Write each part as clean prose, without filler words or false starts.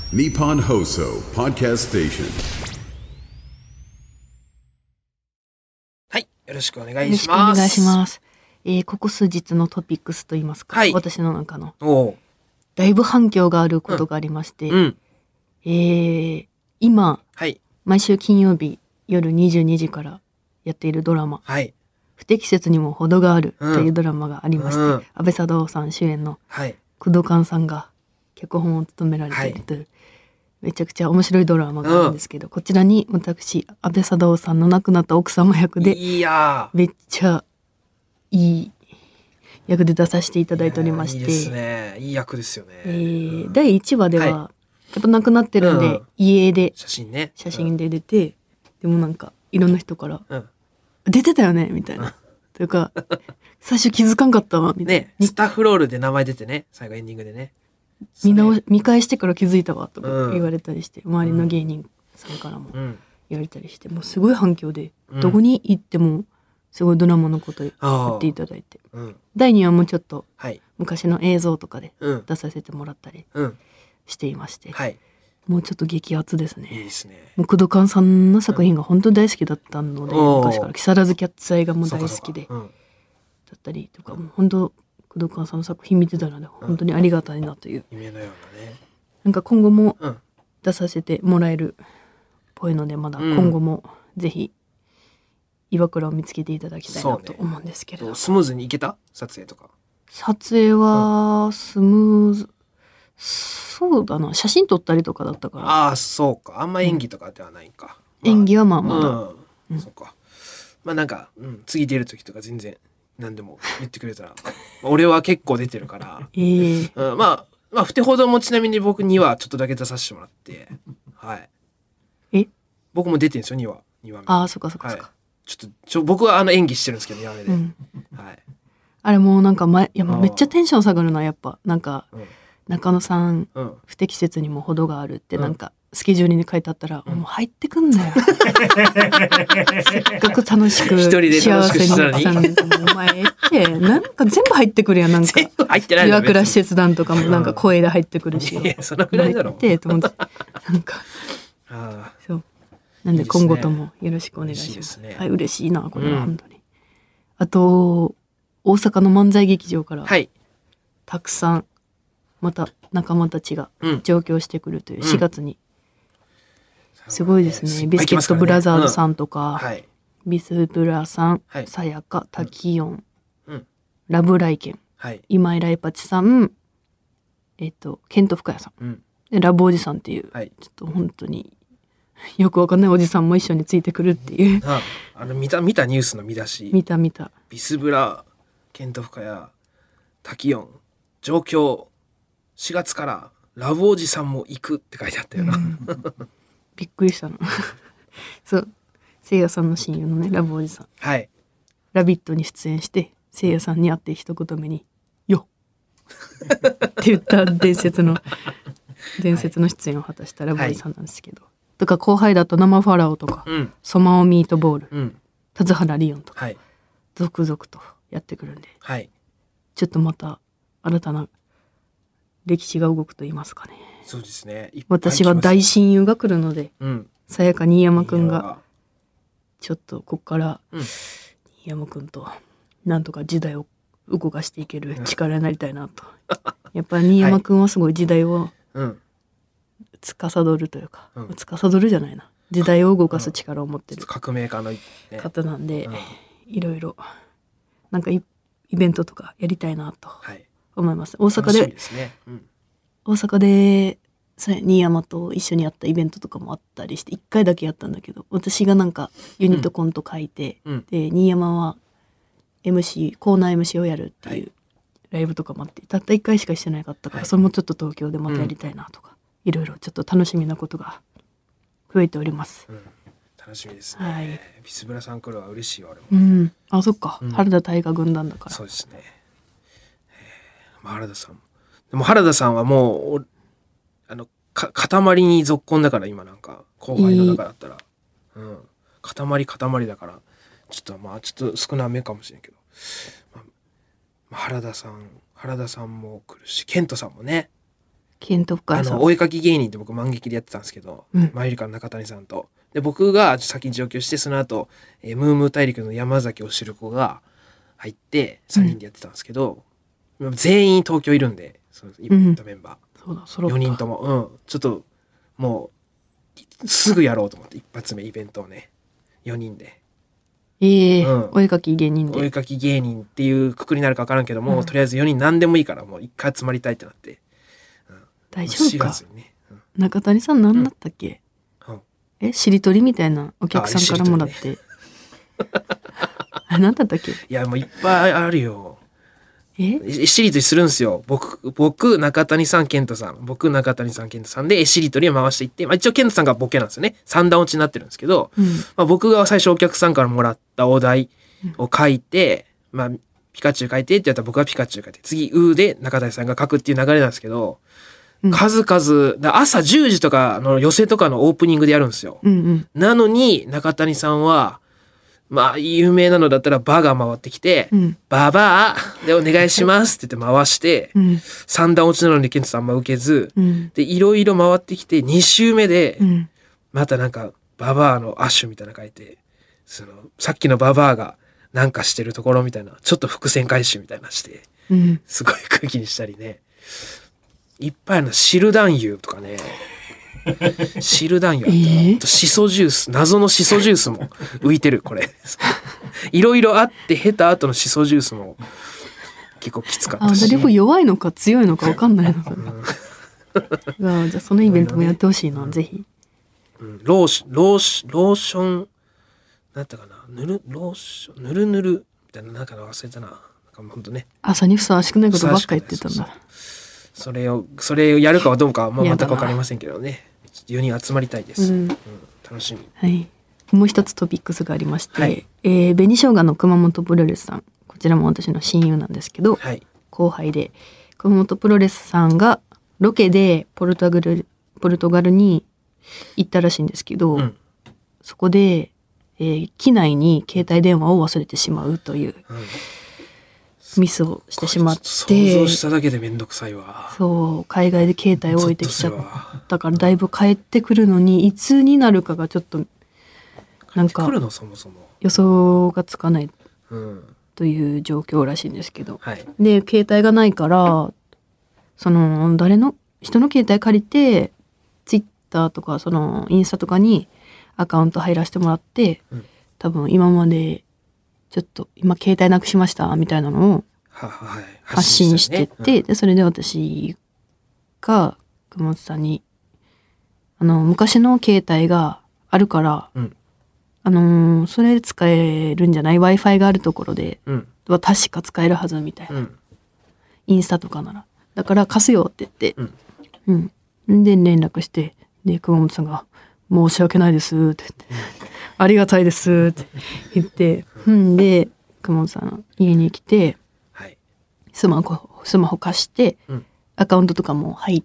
Nippon Hoso Podcast Station。 はい、よろしくお願よろいします。 しくお願いします。ここ数日のトピックスといいますか、 はい私の中のおう、 だいぶ反響があることがありまして、 うん、 今はい、 毎週金曜日夜22時からやっているドラマはい、 「不適切にも程がある」というドラマがありまして、 うん安倍貞夫さん主演のはい、 工藤官さんが脚本を務められているという、めちゃくちゃ面白いドラマがあるんですけど、こちらに私安倍貞夫さんの亡くなった奥様役でいやめっちゃいい役で出させていただいておりまして、 いいですね。いい役ですよね。 第1話では、 はいやっぱ亡くなってるんで、 うん家で写真ね。 写真で出て、でもなんかいろんな人からうん、 「出てたよね」みたいな、というか「最初気づかんかったわ」みたいな、 ね、スタッフロールで名前出てね、最後エンディングでね。 見返してから気づいたわとかうん言われたりして、周りの芸人さんからもうん、 言われたりして、もうすごい反響で、 うんどこに行ってもすごいドラマのこと言っていただいて、 うん、 第2話もちょっとはい、 昔の映像とかでうん、 出させてもらったりうん、 していまして、 はい、 もうちょっと激アツですいいね。 ですね。 もう工藤官さんの作品が本当に大好きだったので、 おー昔から木更津キャッツアイがもう大好きでそうかそうかだったりとか、もう本当工藤官さんの作品見てたので本当にありがたいなという、 夢のようなね。 なんか今後もうん、 出させてもらえるっぽいので、まだ今後もぜひ岩倉を見つけていただきたいなと思うんですけれど、 スムーズにいけた撮影とか。 撮影はスムーズ、そうだな、写真撮ったりとかだったから、 ああ、そうか。あんま演技とかではないか。 演技はまあまだ、 うん、そうか。まあなんか、次出る時とか全然何でも言ってくれたら、俺は結構出てるから、まあふてほどもちなみに僕にはちょっとだけ出させてもらって、はい。僕も出てるんですよ、2話目。 ああ、そっかそっかはいそっか、。 僕は演技してるんですけど、2話目で。はい。 あれもうなんかいやもううんめっちゃテンション下がるな、やっぱなんかうん、 中野さんうん。 不適切にも程があるってうんなんかスケジュールに書いてあったら、もう入ってくんなよせっかく楽しく一人で楽しくしてたのに幸せになったのにお前ってなんか全部入ってくるやん、なんか全部入ってないだろ岩倉施別に設団とかもなんか声で入ってくるし、 いや、そのぐらいだろ。 入ってと思ってなんかあそうなんでいいですね今後ともよろしくお願いします。 嬉しいですねはい、嬉しいなこれはうん本当に、あと大阪の漫才劇場からーはい。 たくさんまた仲間たちがうん上京してくるといううん 4月に、すごいですね、 いっビスケットぱい来ますからねブラザーズさんとか、 はい。 ビスブラさん、 はいさやか、タキヨン、 うん。 ラブライケン、 はい。 今井ライパチさん、ケント深谷さんうん。 でラブおじさんっていう、 はい。 ちょっと本当によくわかんないおじさんも一緒についてくるっていう見たニュースの見出し。 見たビスブラ、ケント深谷、タキヨン、上京、4月からラブおじさんも行くって書いてあったよな。 びっくりしたのそうせいやさんの親友のねラブおじさんはい。 ラビットに出演してせいやさんに会って一言目に「よっ!」って言った伝説の出演を果たしたラブおじさんなんですけど、とか後輩だと生ファラオとか、 うん。 ソマオミートボール、 うん。 田津原リオンとかはい。 続々とやってくるんで、 はい。 ちょっとまた新たな歴史が動くと言いますかね。 そうですね。いっぱい来ます私は大親友が来るので、 うん。 さやか新山くんがいやちょっとこっからうん新山くんとなんとか時代を動かしていける力になりたいなと。やっぱり新山くんはすごい時代をうん。 司るというか、 うん司るじゃないな、時代を動かす力を持ってる革命家の、ね、 方なんで、 うんいろいろなんかイベントとかやりたいなとはい。 思います。大阪楽しみでですね。うん。 大阪で新山と一緒にやったイベントとかもあったりして1回だけやったんだけど、私がなんかユニットコント書いて、 うんで新山は コーナー MC をやるっていうライブとかもあって、たった1回しかしてなかったから、 はいそれもちょっと東京でまたやりたいなとか、いろいろちょっと楽しみなことが増えております。 うん。楽しみですね。 はいビスブラさん来るは嬉しいわ俺も。 うん、あ、そっか、 うん原田大河軍団だから。 そうですね。まあ原田さんも。でも原田さんはもう、塊に続婚だから今なんか、後輩の中だったら。うん。塊だから、ちょっと少なめかもしれんけど。まあ原田さんも来るし、ケントさんもね。 ケント深谷さん。 お絵かき芸人って僕漫劇でやってたんですけど、マユリカの中谷さんと。で、僕が先に上京して、その後、ムームー大陸の山崎を知る子が入って、3人でやってたんですけど、全員東京いるんで、その今言ったメンバー。 そうだ、揃った。 4人とも。ちょっと、もう、すぐやろうと思って、一発目イベントをね、4人で。 お絵かき芸人で。 お絵かき芸人っていうくくりになるか分からんけども、とりあえず4人何でもいいから、もう一回集まりたいってなって。 大丈夫か、 4月にね。 中谷さん何だったっけ、しりとりみたいなお客さんからもらって。何だったっけ。 いや、もういっぱいあるよ。しりとりするんですよ。僕、中谷さん、ケントさん。僕、中谷さん、ケントさんで、しりとりを回していって、一応ケントさんがボケなんですよね。三段落ちになってるんですけど、僕が最初お客さんからもらったお題を書いて、ピカチュウ書いてって言ったら僕はピカチュウ書いて、次、で中谷さんが書くっていう流れなんですけど、数々、朝10時とかの寄せとかのオープニングでやるんですよ。なのに、中谷さんは、有名なのだったらバが回ってきて、ババアでお願いしますって言って回して、三段落ちなのにケントさんあんま受けず、で、いろいろ回ってきて、2周目で、またなんか、ババアのアッシュみたいなの書いて、さっきのババアがなんかしてるところみたいな、ちょっと伏線回収みたいなして、すごい空気にしたりね。いっぱいあるの、汁男優とかね。汁男優あった。シソジュース、謎のシソジュースも浮いてる、これ。いろいろあって、経た後のシソジュースも結構きつかったし。 誰も弱いのか強いのか分かんないのかな。じゃあそのイベントもやってほしいな、ぜひ。 ローション、なんだったかな、ぬるぬるみたいな、なんか忘れたな。本当ね。 朝にふさわしくないことばっか言ってたんだ。 それをやるかはどうかは全く分かりませんけどね。4人集まりたいです。楽しみ。 はい。もう一つトピックスがありまして、紅生姜の熊本プロレスさん、こちらも私の親友なんですけど、後輩で熊本プロレスさんがロケでポルトガルに行ったらしいんですけど、そこで、機内に携帯電話を忘れてしまうという。ミスをしてしまって、 想像しただけでめんどくさいわ。 そう、海外で携帯を置いてきちゃったから、だいぶ帰ってくるのにいつになるかがちょっとなんか予想がつかないという状況らしいんですけど、で携帯がないから人の携帯借りてツイッターとかインスタとかにアカウント入らせてもらって、多分今までちょっと今携帯なくしましたみたいなのを発信してて、でそれで私が熊本さんに昔の携帯があるから、それ使えるんじゃない Wi-Fi があるところで、は確か使えるはずみたいな、インスタとかならだから貸すよって言って、で連絡して、で熊本さんが「申し訳ないです」って言って「ありがたいです」って言って、で熊本さん家に来て、スマホ貸して、アカウントとかも入って、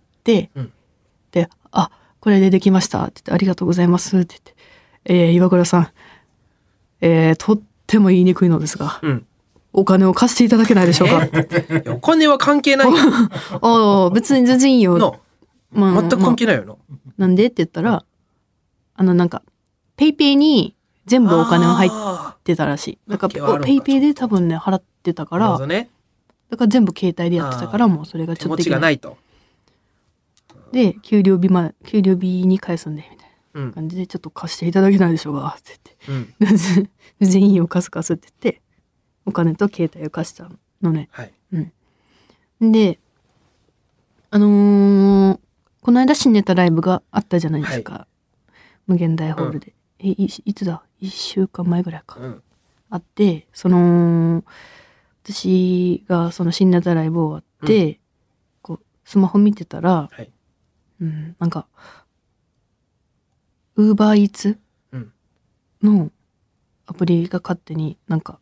で「あ、これでできました」って言って「ありがとうございます」って言って「岩倉さん、とっても言いにくいのですが、お金を貸していただけないでしょうか」 お金は関係ないああ、別に全然いいよ。 全く関係ないよな。 なんでって言ったら、なんかペイペイに全部お金が入ってたらしい。だからペイペイで多分ね払ってたから、だから全部携帯でやってたから、もうそれがちょっとできない。 手持ちがないと。 で給料日に返すんでみたいな感じで、ちょっと貸していただけないでしょうかって言って、全然いいよ貸すって言ってお金と携帯を貸したのね。でこの間新ネタライブがあったじゃないですか、無限大ホールで。いつだ1週間前ぐらいか、あって、私がその新ネタライブ終わって、こうスマホ見てたら、なんかウーバーイーツのアプリが勝手になんか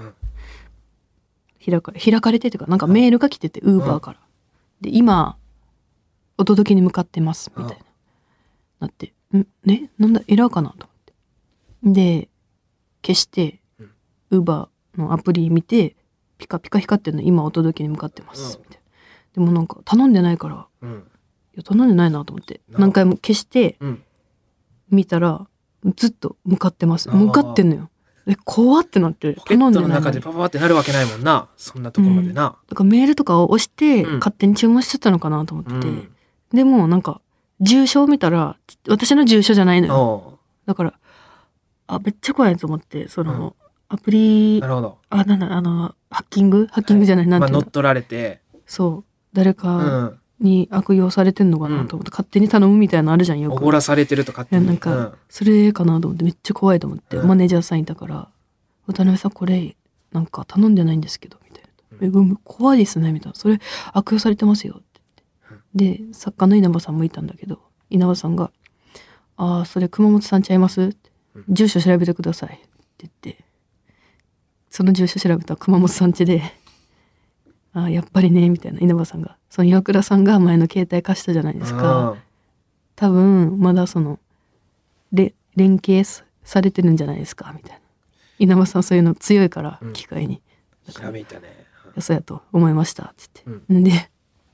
開かれてというか、なんかメールが来てて、ウーバーから、で今お届けに向かってますみたいななって、なんだエラーかなと思って、で消してウーバーのアプリ見て、ピカピカ光ってるの、今お届けに向かってますみたいな。でもなんか頼んでないから、 や頼んでないなと思って何回も消して見たらずっと向かってます。向かってんのよ。怖ってなってポケットの中でパパってなるわけないもんな、そんなとこまでな。 だからメールとかを押して勝手に注文しちゃったのかなと思ってて、でもなんか住所を見たら私の住所じゃないのよ。だからめっちゃ怖いと思って、そのアプリ、 なるほど、 ハッキングじゃない、なんていうの、 乗っ取られて、 そう誰かに悪用されてんのかなと思って、勝手に頼むみたいなのあるじゃん、よく。 おごらされてるとかって。 なんか、それかなと思ってめっちゃ怖いと思って、マネージャーさんいたから「渡辺さんこれなんか頼んでないんですけど」みたいな「怖いですね」みたいな「それ悪用されてますよ」って言って、で作家の稲葉さんもいたんだけど、稲葉さんが「それ熊本さんちゃいます?」って「住所調べてください」って言って、その住所調べたら熊本さんちで「やっぱりね」みたいな、稲葉さんが、その岩倉さんが前の携帯貸したじゃないですか。多分まだその連携されてるんじゃないですかみたいな。稲葉さんそういうの強いから機械に、 ひらめいたね。 そうやと思いましたって言って、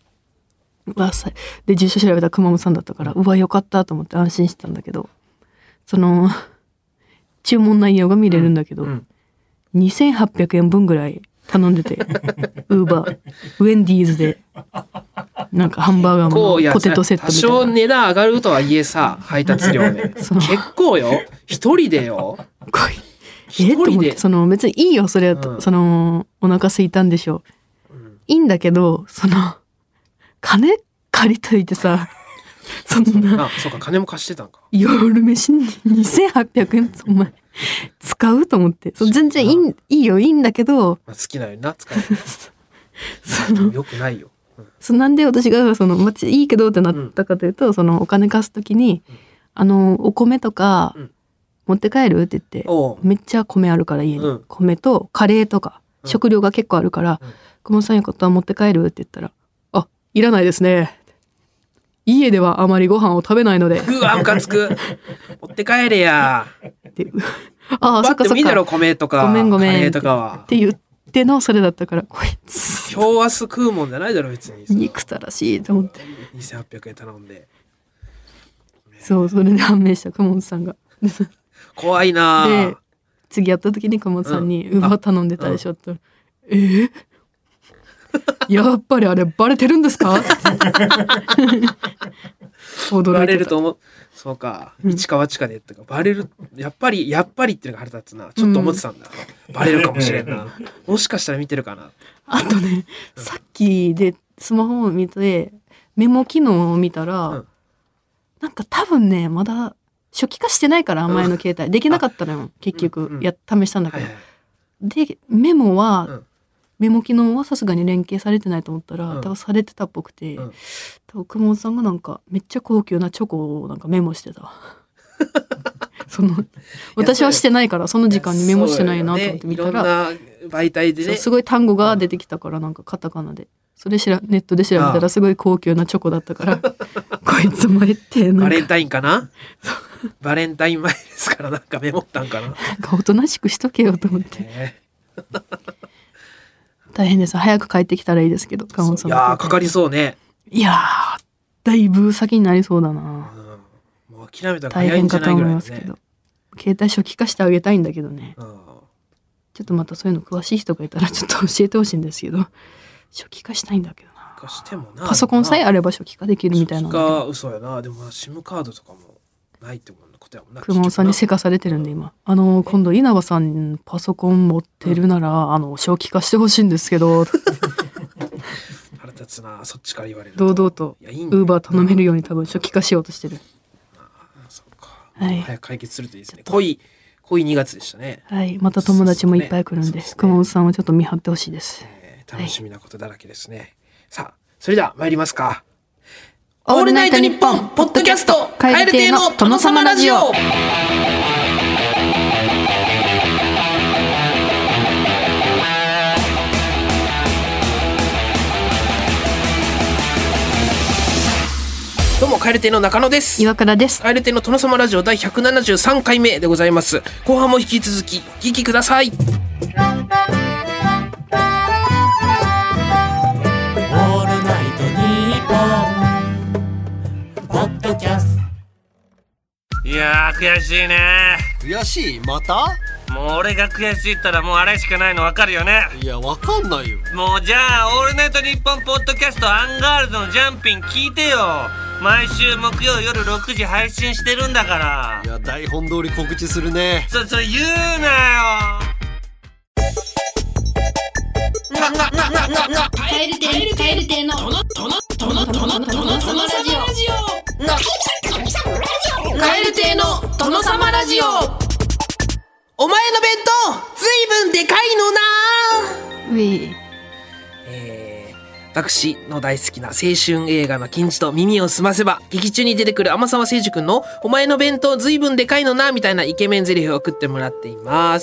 で住所調べたら熊本さんだったから、うわよかったと思って安心してたんだけど、その注文内容が見れるんだけど、2800円分ぐらい頼んでてウーバーウェンディーズでなんかハンバーガーもポテトセットみたいな。多少値段上がるとはいえさ、配達料で結構よ、一人でよ。 と思って、その別にいいよそれはと、そのお腹空いたんでしょう、いいんだけど、その金借りといてさ、そんなそうか、金も貸してたんか。 夜飯に2800円お前使うと思って、全然いいよ、いいんだけど、 好きなようにな使うよくないよ。 なんで私がいいけどってなったかというと、そのお金貸すときにお米とか持って帰るって言って、めっちゃ米あるから家に、米とカレーとか食料が結構あるから「熊本さんよかったら持って帰る?」って言ったら「いらないですね。家ではあまりご飯を食べないので」 うわムカつく持って帰れやってそっかそっか、 いいだろ米とかごめんカレーとかはって言ってのそれだったから、こいつ今日明日食うもんじゃないだろ別に。 憎たらしいと思って 2800円頼んで、 それで判明した熊本さんが怖いな。 で次会った時に熊本さんに「ウーバー頼んでたでしょ」ってやっぱりあれバレてるんですか?」 バレると思う。そうか、市川地下でやったかバレる、やっぱりっていうのが腹立つな。ちょっと思ってたんだ、バレるかもしれんな。もしかしたら見てるかな。 あとね、さっきでスマホを見てメモ機能を見たら、なんか多分ねまだ初期化してないから前の携帯できなかったのよ結局。試したんだけど、でメモ機能はさすがに連携されてないと思ったら、多分されてたっぽくて、多分熊本さんがなんかめっちゃ高級なチョコをなんかメモしてた私はしてないからその時間にメモしてないなと思って見たら、 いろんな媒体でね、 すごい単語が出てきたから、なんかカタカナでそれネットで調べたらすごい高級なチョコだったからこいつもってバレンタインかなバレンタイン前ですからなんかメモったんかな。なんかおとなしくしとけよと思って、大変です。早く帰ってきたらいいですけど、川本さん。 いやかかりそうね。 いやだいぶ先になりそうだな。 もう諦めたら早いんじゃないぐらい、ね、大変かと思いますけど、 携帯初期化してあげたいんだけどね。ちょっとまたそういうの詳しい人がいたらちょっと教えてほしいんですけど、初期化したいんだけどな。 してもな、 パソコンさえあれば初期化できるみたいな。 初期化嘘やな。でもSIMカードとかもないってことやもんな。 熊本さんにせかされてるんで今。今度稲葉さんパソコン持ってるなら、初期化してほしいんですけど。 腹立つな、そっちから言われる。 堂々とウーバー頼めるように多分初期化しようとしてる。 そうか。 はい。 早く解決するといいですね。濃い2月でしたね。 はい。また友達もいっぱい来るんで、熊本さんはちょっと見張ってほしいです。 楽しみなことだらけですね。さあ、それでは参りますか。オールナイトニッポンポッドキャスト、蛙亭の殿様ラジオ。どうも、蛙亭の中野です。 岩倉です。 蛙亭の殿様ラジオ第173回目でございます。後半も引き続きお聞きください。 ドキャスト。 いやー悔しいね。 悔しい？また？ もう俺が悔しいったらもうあれしかないの分かるよね。 いや、分かんないよ。 もうじゃあオールナイトニッポンポッドキャストアンガールズのジャンピン聞いてよ。毎週木曜夜6時配信してるんだから。 いや、台本通り告知するね。 それ言うなよ。 カエル亭のトノラジオ。カエル亭の殿様ラジオ。 お前の弁当ずいぶんでかいのな。 うい。 私の大好きな青春映画の金字と耳をすませば、劇中に出てくる天沢誠司君のお前の弁当ずいぶんでかいのなみたいなイケメン台詞を送ってもらっています。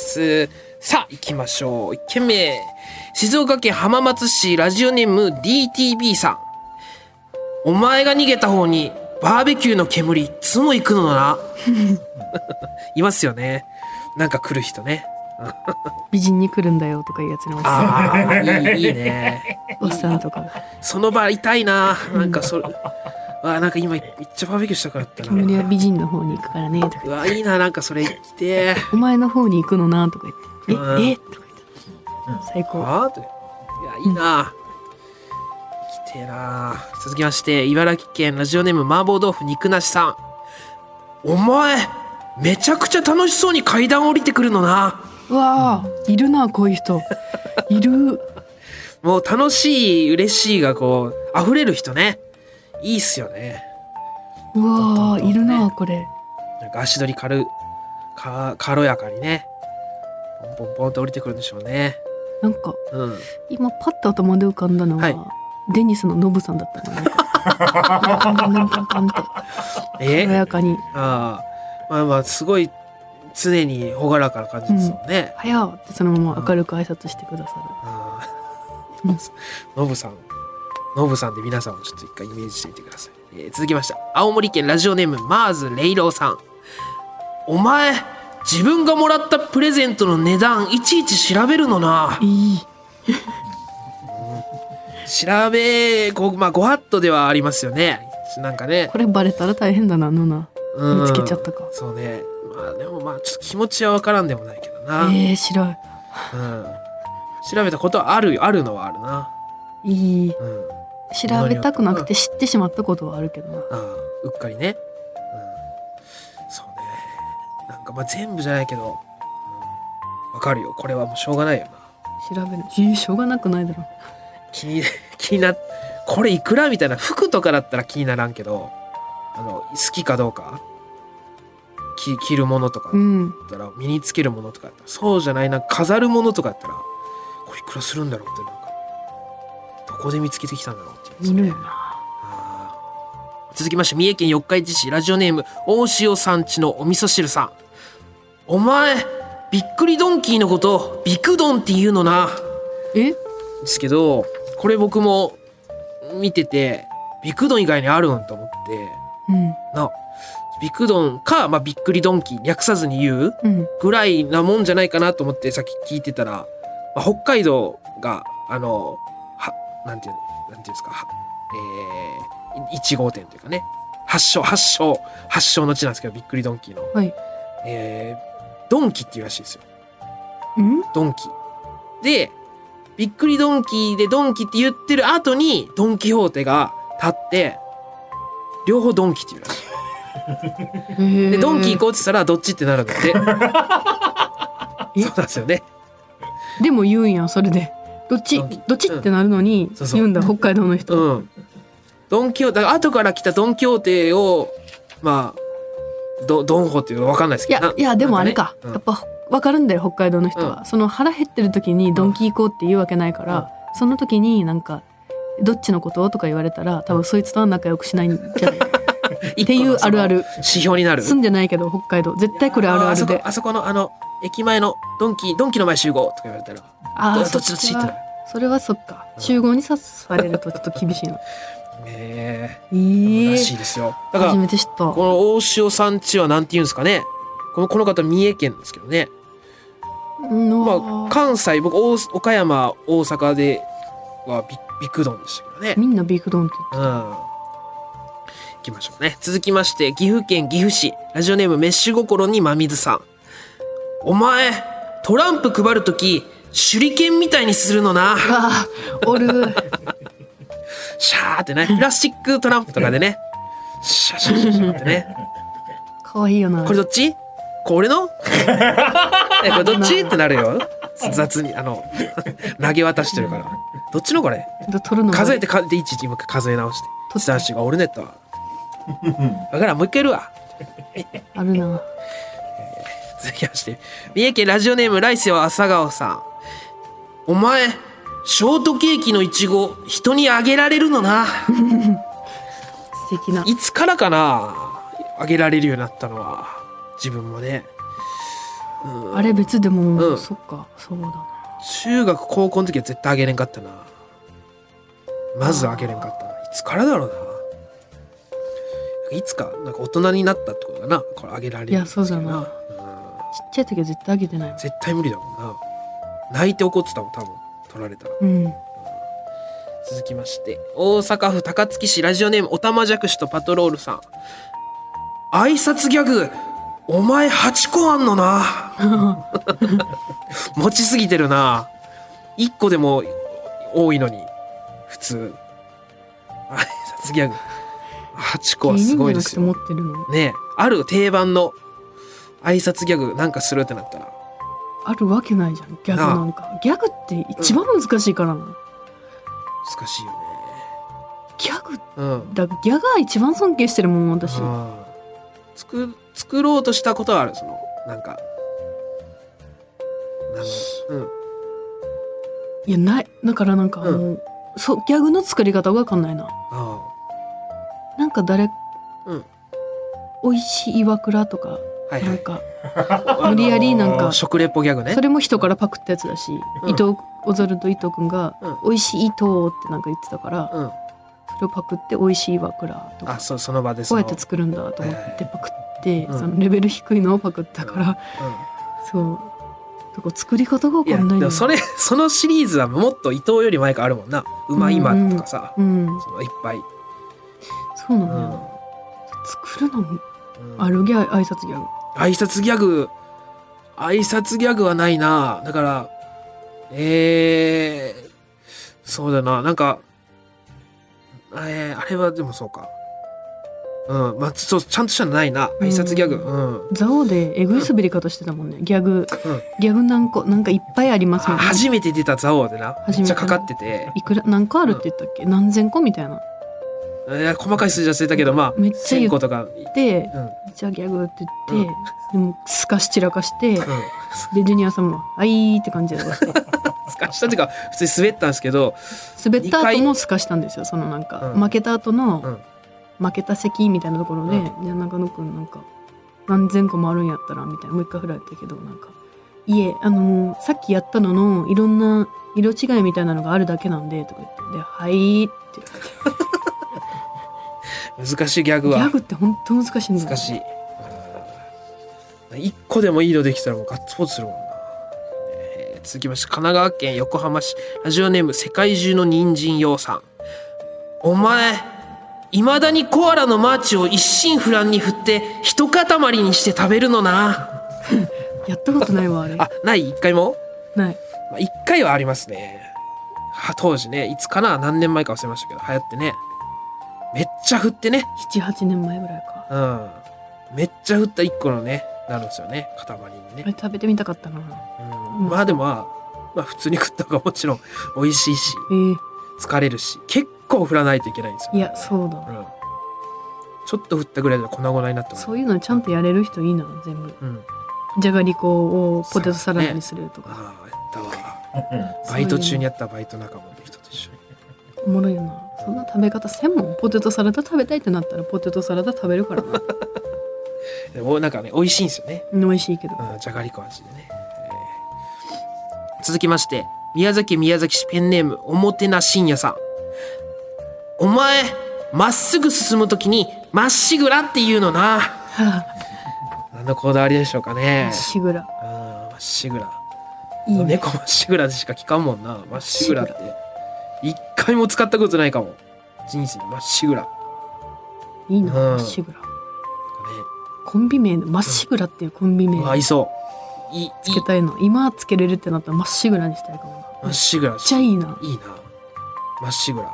さあ行きましょう。1件目、静岡県浜松市ラジオネーム DTB さん。お前が逃げた方にバーベキューの煙いつも行くのな。いますよね、なんか来る人ね。 美人に来るんだよとかいうやつね。 ああ、いいね。 おっさんとかがその場痛いな。なんかそれ、なんか今めっちゃバーベキューしたからったな。 煙は美人の方に行くからねとか。 うわ、いいな。なんかそれ言ってお前の方に行くのなとか言って、 うんえとか言って、最高。 あーと、いや、いいな。来てえな。続きまして、茨城県ラジオネーム麻婆豆腐肉なしさん。お前めちゃくちゃ楽しそうに階段降りてくるのな。 うわあ、いるなこういう人。いる。 もう楽しい嬉しいがこう溢れる人ね。いいっすよね。 うわあ、いるなこれ。 なんか足取り軽やかにね、ポンポンポンと降りてくるんでしょうね。 なんかうん。 今パッと頭で浮かんだのは、 はいデニスのノブさんだったのね。なんかパンって軽やかに。 ああ、まあまあすごい常に朗らかな感じですもんね。 はやってそのまま明るく挨拶してくださる。 ノブさんで皆さんもちょっと一回イメージしてみてください。続きまして青森県ラジオネームマーズレイローさん。お前自分がもらったプレゼントの値段いちいち調べるのな。 いい。 調べご法度ではありますよね。なんかね、 これバレたら大変だなのな。見つけちゃったか。 そうね。まあでもちょっと気持ちはわからんでもないけどな。 知らん。 調べたことはあるのはあるな。 いい。調べたくなくて知ってしまったことはあるけどな。 うっかりね。そうね。なんか全部じゃないけど、わかるよ。これはもうしょうがないよな。 調べる。しょうがなくないだろ。 気にな、これいくらみたいな服とかだったら気にならんけど、好きかどうか、着るものとかだったら、身につけるものとかだったら、そうじゃないな、飾るものとかだったら、これいくらするんだろうって、なんかどこで見つけてきたんだろうっていう、ね。 いるよな。 続きまして、三重県四日市市ラジオネーム大塩さんちのお味噌汁さん。お前びっくりドンキーのことビクドンって言うのな。ですけど、これ僕も見てて、ビクドン以外にあるんと思って、ビクドンか、びっくりドンキー略さずに言うぐらいなもんじゃないかなと思ってさっき聞いてたら、北海道がなんていうんですか、1号店というかね、発祥の地なんですけど、びっくりドンキーの、ドンキっていうらしいですよ。ドンキで、びっくりドンキーでドンキって言ってる後にドンキホーテが立って両方ドンキっていうらしい。でドンキ行こうって言ったらどっちってなるんだって。そうなんですよね。 でも言うんや、それでどっちってなるのに言うんだ、北海道の人。 ドンキホーテ、だから後から来たドンキホーテをドンホっていうの分かんないですけど、 いやでもあれか、やっぱ分かるんだよ北海道の人は。その腹減ってる時にドンキ行こうって言うわけないから、その時になんかどっちのこととか言われたら多分そいつとは仲良くしないんじゃないっていうあるある指標になる。 住んでないけど北海道絶対これあるあるで、 あそこの駅前のドンキの前集合とか言われたら、どっちってなる。 それはそっか、集合にされるとちょっと厳しいの。 らしいですよ。だから初めて知った。 この大塩さんちはなんて言うんですかね。この方三重県ですけどね。関西、僕岡山大阪ではビクドンでしたけどね。 みんなビクドンって言ってきましょうね。続きまして、岐阜県岐阜市、ラジオネームメッシュ心にまみずさん。お前、トランプ配るとき、手裏剣みたいにするのな。 あおる。 シャーってね、プラスチックトランプとかでね、シャシャシャシャってね。 かわいいよな。 これどっち？これの？これどっちってなるよ。雑に投げ渡してるから。どっちのこれ？ 取るの数えていちいちもう一回数え直して。下足が俺のやったわ。だからもう一回やるわ。 あるな。 続きまして、三重県ラジオネーム来世は朝顔さん。お前、ショートケーキのいちご人にあげられるのな。 素敵な。 いつからかな、あげられるようになったのは。自分もね。 あれ別でも、 うんそっか、そうだな。 中学高校の時は絶対あげれんかったな。まずあげれんかったな。いつからだろうな。いつかなんか大人になったってことだな。これあげられる。 いやそうだな。ちっちゃい時は絶対あげてないもん。 絶対無理だもんな。泣いて怒ってたもん多分取られたら。 うん。 続きまして、大阪府高槻市ラジオネームおたまじゃくしとパトロールさん。挨拶ギャグ、お前8個あんのな。持ちすぎてるな。1個でも多いのに普通。挨拶ギャグ8個はすごいですよ。 芸人じゃなくて持ってるの？ ねえ、ある定番の挨拶ギャグなんかするってなったらあるわけないじゃん。ギャグなんか。ギャグって一番難しいからな。 難しいよね。 ギャグうん。 だギャガー一番尊敬してるもん私。 作ろうとしたことはある、そのなんかいやない。だからなんかそうギャグの作り方がわかんないな。なんか美味しい岩倉とか、 はいはい、 なんか無理やりなんか食レポギャグね。 それも人からパクったやつだし、伊藤オザルと伊藤くんが美味しい伊藤ってなんか言ってたから、それをパクって美味しい岩倉とか、 その場でこうやって作るんだと思ってパクって、そのレベル低いのをパクったから、そうだから作り方がわかんないんだよ。 そのシリーズはもっと伊藤より前からあるもんな。うまいまとかさ、そのいっぱい。 そうなのよ。作るのもある挨拶ギャグ。 挨拶ギャグはないな。だからそうだな。なんかあれはでもそうか。まあそうちゃんとしたのないな。挨拶ギャグ。 ザオでえぐい滑り方してたもんね。ギャグ何個なんかいっぱいありますもんね。 初めて出たザオでな。めっちゃかかってて。 いくら何個あるって言ったっけ？何千個みたいな。 細かい数字は忘れたけど、まあめっちゃ言個とかで、じゃあギャグって言って、でもすかし散らかして、でジュニアさんも「あい」って感じですかしたっていうか普通に滑ったんですけど、 滑った後もすかしたんですよ。そのなんか、負けた後の、負けた席みたいなところで、じゃあ中野くんなんか何千個もあるんやったらみたいな、もう一回振られたけど、なんかいえさっきやったののいろんな色違いみたいなのがあるだけなんでとか言ってで「はい」って言って難しいギャグは。 ギャグって本当難しいんだよ。 難しい。一個でもいいのできたらもうガッツポーズするもんな。続きまして、神奈川県横浜市ラジオネーム世界中の人参用さん。お前いまだにコアラのマーチを一心不乱に振って一塊にして食べるのな。 やったことないわあれ。 ない一回もない。 一回はありますね。当時ね、いつかな、何年前か忘れましたけど流行ってね、めっちゃ振ってね、 7,8 年前ぐらいか。 めっちゃ振った1個のねなるんですよね、塊にね。 あれ食べてみたかったな。 まあでもまあ普通に食った方がもちろん美味しいし、疲れるし、結構振らないといけないんですよ。 いやそうだ、 ちょっと振ったぐらいで粉々になってもそういうのちゃんとやれる人いいな全部。じゃがりこをポテトサラダにするとか。 やったわ。バイト中にやったバイト仲間の人と一緒に。 おもろいよな。そんな食べ方せんもん。ポテトサラダ食べたいってなったらポテトサラダ食べるからな。 でもなんかね美味しいんですよね。 美味しいけど。 じゃがりこ味でね。続きまして、宮崎市ペンネームおもてなしんやさん。お前まっすぐ進むときにまっしぐらっていうのな。何のこだわりでしょうかね。 まっしぐら。 まっしぐら。 いいね。 猫まっしぐらでしか聞かんもんな。まっしぐらって一回も使ったことないかも。人生でまっしぐら。 いいな、 うんまっしぐら。 とかね。 コンビ名まっしぐらっていうコンビ名あ、いそう。いい、 つけたいの。今つけれるってなったらまっしぐらにしたいかもな。 まっしぐら。 めっちゃいいな。 いいな。まっしぐら。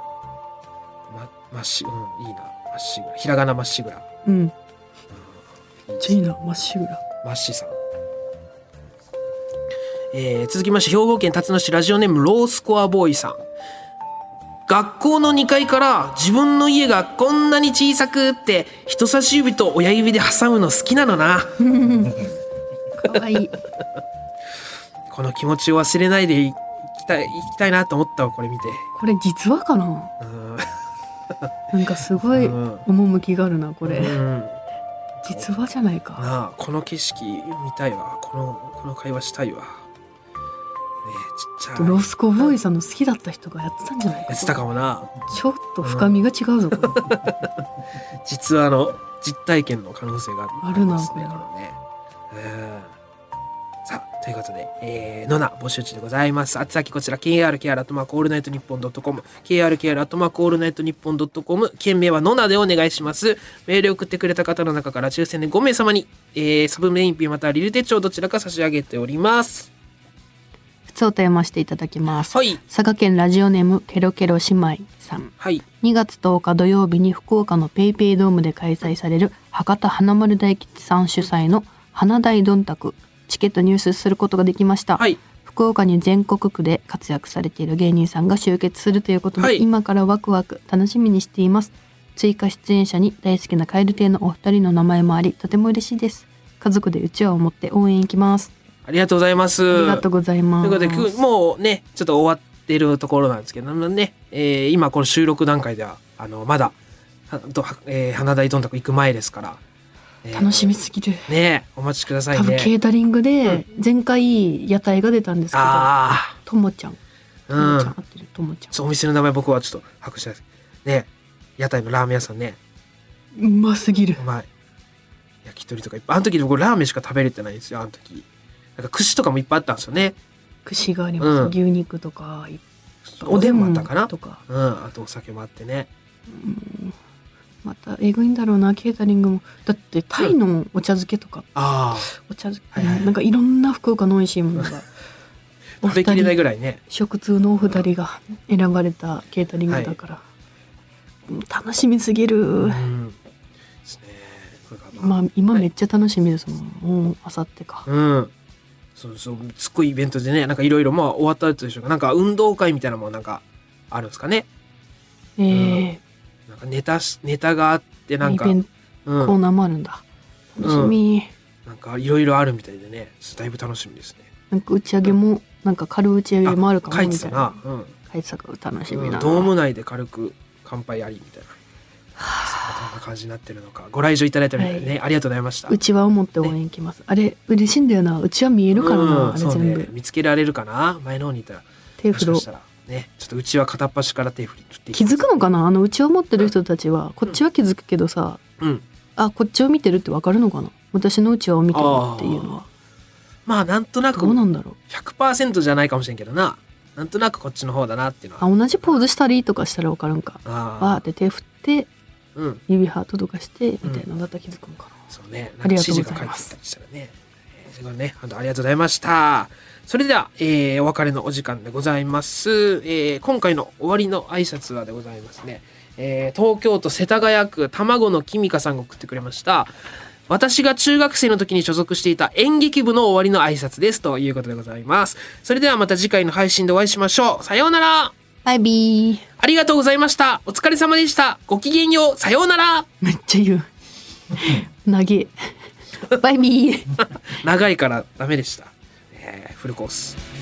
まっし、うん、いいな。まっしぐら。ひらがなまっしぐら。 うん。めっちゃいいな、まっしぐら。 まっしさん。続きまして兵庫県辰野市ラジオネームロースコアボーイさん。学校の2階から自分の家がこんなに小さくって人差し指と親指で挟むの好きなのな。 かわいい。 この気持ちを忘れないでいきたいなと思ったわ、これ見て。 これ実話かな。 うんなんかすごいうん趣があるな、これ。 うん実話じゃないか。 なあ、この景色見たいわ。この会話したいわ。ねえ、ちっちゃい。 ロースコボーイさんの好きだった人がやってたんじゃないか。 やってたかもな。 ちょっと深みが違うぞ、これ。 実話の実体験の可能性があるなますね。 これこれね。さあ、ということで、ノナ募集中でございます。あつ先こちら、krkr@allnightnippon.com、krkr@allnightnippon.com、件名はノナでお願いします。メールを送ってくれた方の中から抽選で5名様に、サブメインピンまたはリル手帳どちらか差し上げております。 普通を読ませていただきます。 はい。 佐賀県ラジオネームケロケロ姉妹さん。 はい。 2月10日土曜日に福岡のペイペイドームで開催される博多華丸大吉さん主催の花大どんたくチケット入手することができました、 はい。 福岡に全国区で活躍されている芸人さんが集結するということで、 はい今からワクワク楽しみにしています。追加出演者に大好きな蛙亭のお二人の名前もありとても嬉しいです。家族でうちわを持って応援行きます。 ありがとうございます。 ありがとうございます。 ということで、もうね、ちょっと終わってるところなんですけどね、今この収録段階では、まだ、花大どんたく行く前ですから、 楽しみすぎる。 ね、お待ちください多分ね。 ケータリングで前回屋台が出たんですけど、 あともちゃん、とあ、うんもちゃん。合ってる、ともちゃん。 そう、お店の名前僕はちょっと把握したいです。ね、屋台のラーメン屋さんね、 うますぎるう。まい。焼き鳥とかいっぱい。あの時僕ラーメンしか食べれてないんですよ、あの時。なんか串とかもいっぱいあったんですよね。 串があります、 うん牛肉とかおでんもあったかなとか。 うん、あとお酒もあってね。 またえぐいんだろうな、ケータリングも。だってタイのお茶漬けとか、 ああ、 お茶漬け、 はいはいなんかいろんな福岡の美味しいものがお食べきれないぐらいらいね。 食通のお二人が選ばれたケータリングだから、楽しみすぎる、 うん。ですね。これからまあ今めっちゃ楽しみですもん。もうあさってか。 うん。そうそう、すっごいイベントでね、なんかいろいろまあ終わった後でしょうか。なんか運動会みたいなのもなんかあるんですかね。なんかネタがあってなんか、 イベントうん、 コーナーもあるんだ。楽しみ。 なんかいろいろあるみたいでね、だいぶ楽しみですね。 なんか打ち上げも、なんか軽打ち上げもあるかも書いみたいな。 てたな。うん。 書いてたから楽しみな。 ドーム内で軽く乾杯ありみたいな。どんな感じになってるのか。ご来場いただいたみたいでね、ありがとうございました。 うちわを持って応援行きます。あれ嬉しいんだよな。うちわ見えるからな、 うんあれそうね全部。 見つけられるかな。前の方にいたら。 手振ろうもしかしたらね、ちょっとうちは片っ端から手振っていき気ますづくのかな、うちわ持ってる人たちは。こっちは気づくけどさ、 うん。 あ、こっちを見てるってわかるのかな、私のうちわを見てるっていうのは。 まあなんとなくどうなんだろう。 100% じゃないかもしれんけどな。なんとなくこっちの方だなっていうのは。 あ、同じポーズしたりとかしたらわかるんか。わーあって手振ってあ、うん。 指ハートとかしてみたいなのだったら気づくのかな。 そうね。 ありがとうございますなんか指示が書いてあったりしたらね。すごいね。本当ありがとうございました。それでは、お別れのお時間でございます。今回の終わりの挨拶はでございますね。東京都世田谷区卵のきみかさんが送ってくれました。私が中学生の時に所属していた演劇部の終わりの挨拶ですということでございます。それではまた次回の配信でお会いしましょう。さようなら。 バイビー。 ありがとうございました。お疲れ様でした。ごきげんよう。さようなら。 めっちゃ言う。投げ。バイビー。 長いからダメでした。フルコース。